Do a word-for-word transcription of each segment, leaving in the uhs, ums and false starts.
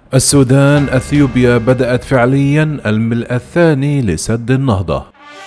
السودان أثيوبيا بدأت فعليا الملء الثاني لسد النهضة.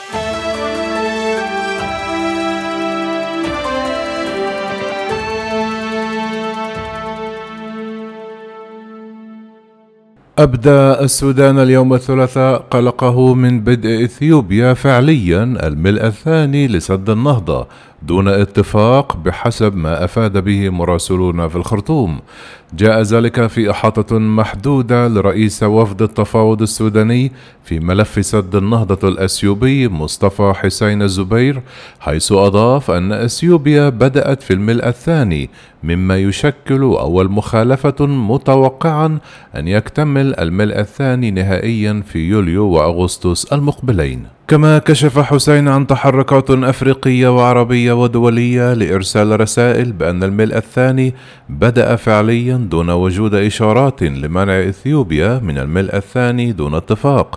أبدى السودان اليوم الثلاثاء قلقه من بدء إثيوبيا فعليا الملء الثاني لسد النهضة دون اتفاق بحسب ما أفاد به مراسلون في الخرطوم. جاء ذلك في إحاطة محدودة لرئيس وفد التفاوض السوداني في ملف سد النهضة الأثيوبي مصطفى حسين الزبير، حيث أضاف أن أثيوبيا بدأت في الملء الثاني، مما يشكل أول مخالفة، متوقعا أن يكتمل الملء الثاني نهائيا في يوليو وأغسطس المقبلين. كما كشف حسين عن تحركات أفريقية وعربية ودولية لإرسال رسائل بأن الملء الثاني بدأ فعليا دون وجود إشارات لمنع إثيوبيا من الملء الثاني دون اتفاق،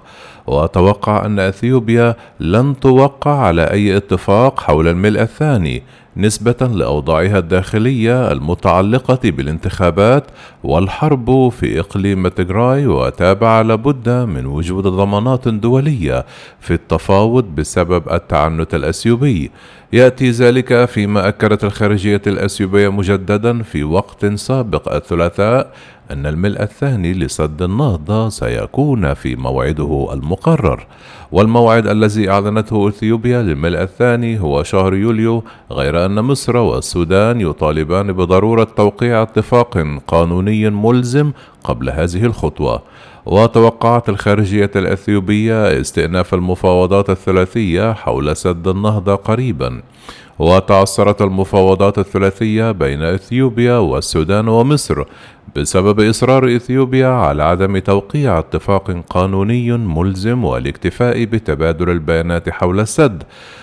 وأتوقع أن أثيوبيا لن توقع على أي اتفاق حول الملء الثاني نسبة لأوضاعها الداخلية المتعلقة بالانتخابات والحرب في إقليم تيغراي، وتابع لابد من وجود ضمانات دولية في التفاوض بسبب التعنت الأثيوبي. يأتي ذلك فيما أكدت الخارجية الأثيوبية مجددا في وقت سابق الثلاثاء أن الملء الثاني لسد النهضة سيكون في موعده المقرر، والموعد الذي أعلنته إثيوبيا للملء الثاني هو شهر يوليو، غير أن مصر والسودان يطالبان بضرورة توقيع اتفاق قانوني ملزم قبل هذه الخطوة. وتوقعت الخارجية الأثيوبية استئناف المفاوضات الثلاثية حول سد النهضة قريبا، وتعثرت المفاوضات الثلاثية بين إثيوبيا والسودان ومصر بسبب إصرار إثيوبيا على عدم توقيع اتفاق قانوني ملزم والاكتفاء بتبادل البيانات حول السد،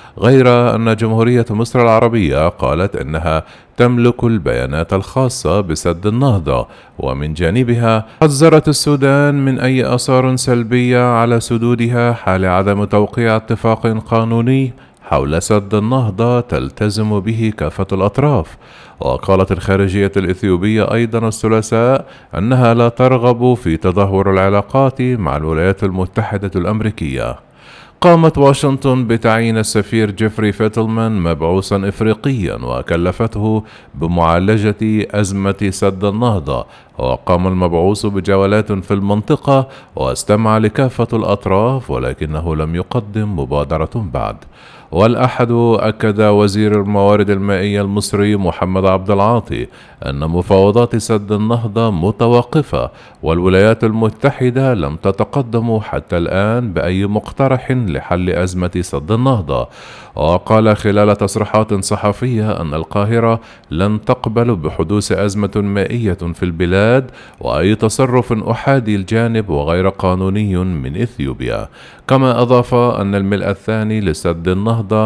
غير أن جمهورية مصر العربية قالت إنها تملك البيانات الخاصة بسد النهضة. ومن جانبها حذرت السودان من أي آثار سلبية على سدودها حال عدم توقيع اتفاق قانوني حول سد النهضة تلتزم به كافة الأطراف. وقالت الخارجية الإثيوبية أيضا الثلاثاء أنها لا ترغب في تدهور العلاقات مع الولايات المتحدة الأمريكية. قامت واشنطن بتعيين السفير جيفري فيتلمان مبعوثا إفريقيا وكلفته بمعالجة أزمة سد النهضة، وقام المبعوث بجولات في المنطقة واستمع لكافة الأطراف، ولكنه لم يقدم مبادرة بعد. والأحد أكد وزير الموارد المائية المصري محمد عبد العاطي أن مفاوضات سد النهضة متوقفة، والولايات المتحدة لم تتقدم حتى الآن بأي مقترح لحل أزمة سد النهضة. وقال خلال تصريحات صحفية أن القاهرة لن تقبل بحدوث أزمة مائية في البلاد وأي تصرف أحادي الجانب وغير قانوني من إثيوبيا. كما أضاف أن الملء الثاني لسد النهضة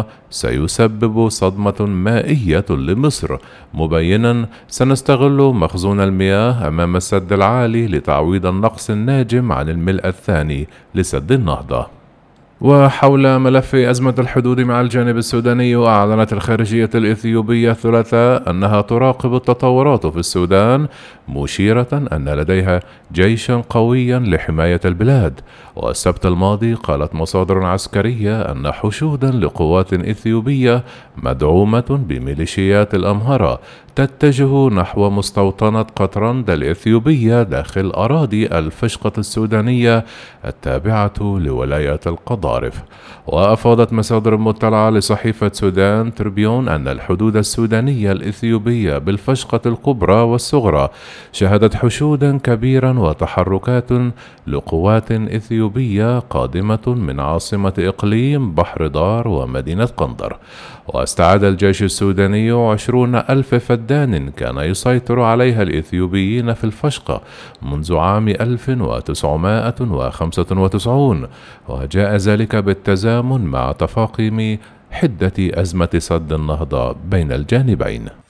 سيسبب صدمة مائية لمصر، مبينا سنستغل مخزون المياه أمام السد العالي لتعويض النقص الناجم عن الملء الثاني لسد النهضة. وحول ملف أزمة الحدود مع الجانب السوداني، أعلنت الخارجية الإثيوبية الثلاثاء أنها تراقب التطورات في السودان، مشيرة أن لديها جيشا قويا لحماية البلاد. والسبت الماضي قالت مصادر عسكرية أن حشودا لقوات إثيوبية مدعومة بميليشيات الأمهرة تتجه نحو مستوطنة قطرند الإثيوبية داخل أراضي الفشقة السودانية التابعة لولاية القضارف. وأفادت مصادر مطلعة لصحيفة سودان تربيون أن الحدود السودانية الإثيوبية بالفشقة الكبرى والصغرى شهدت حشودا كبيرا وتحركات لقوات إثيوبية قادمة من عاصمة إقليم بحر دار ومدينة قندر. واستعاد الجيش السوداني عشرون ألف فدان كان يسيطر عليها الإثيوبيين في الفشقة منذ عام ألف وتسعمائة وخمسة وتسعين، وجاء ذلك بالتزامن مع تفاقم حدة أزمة سد النهضة بين الجانبين.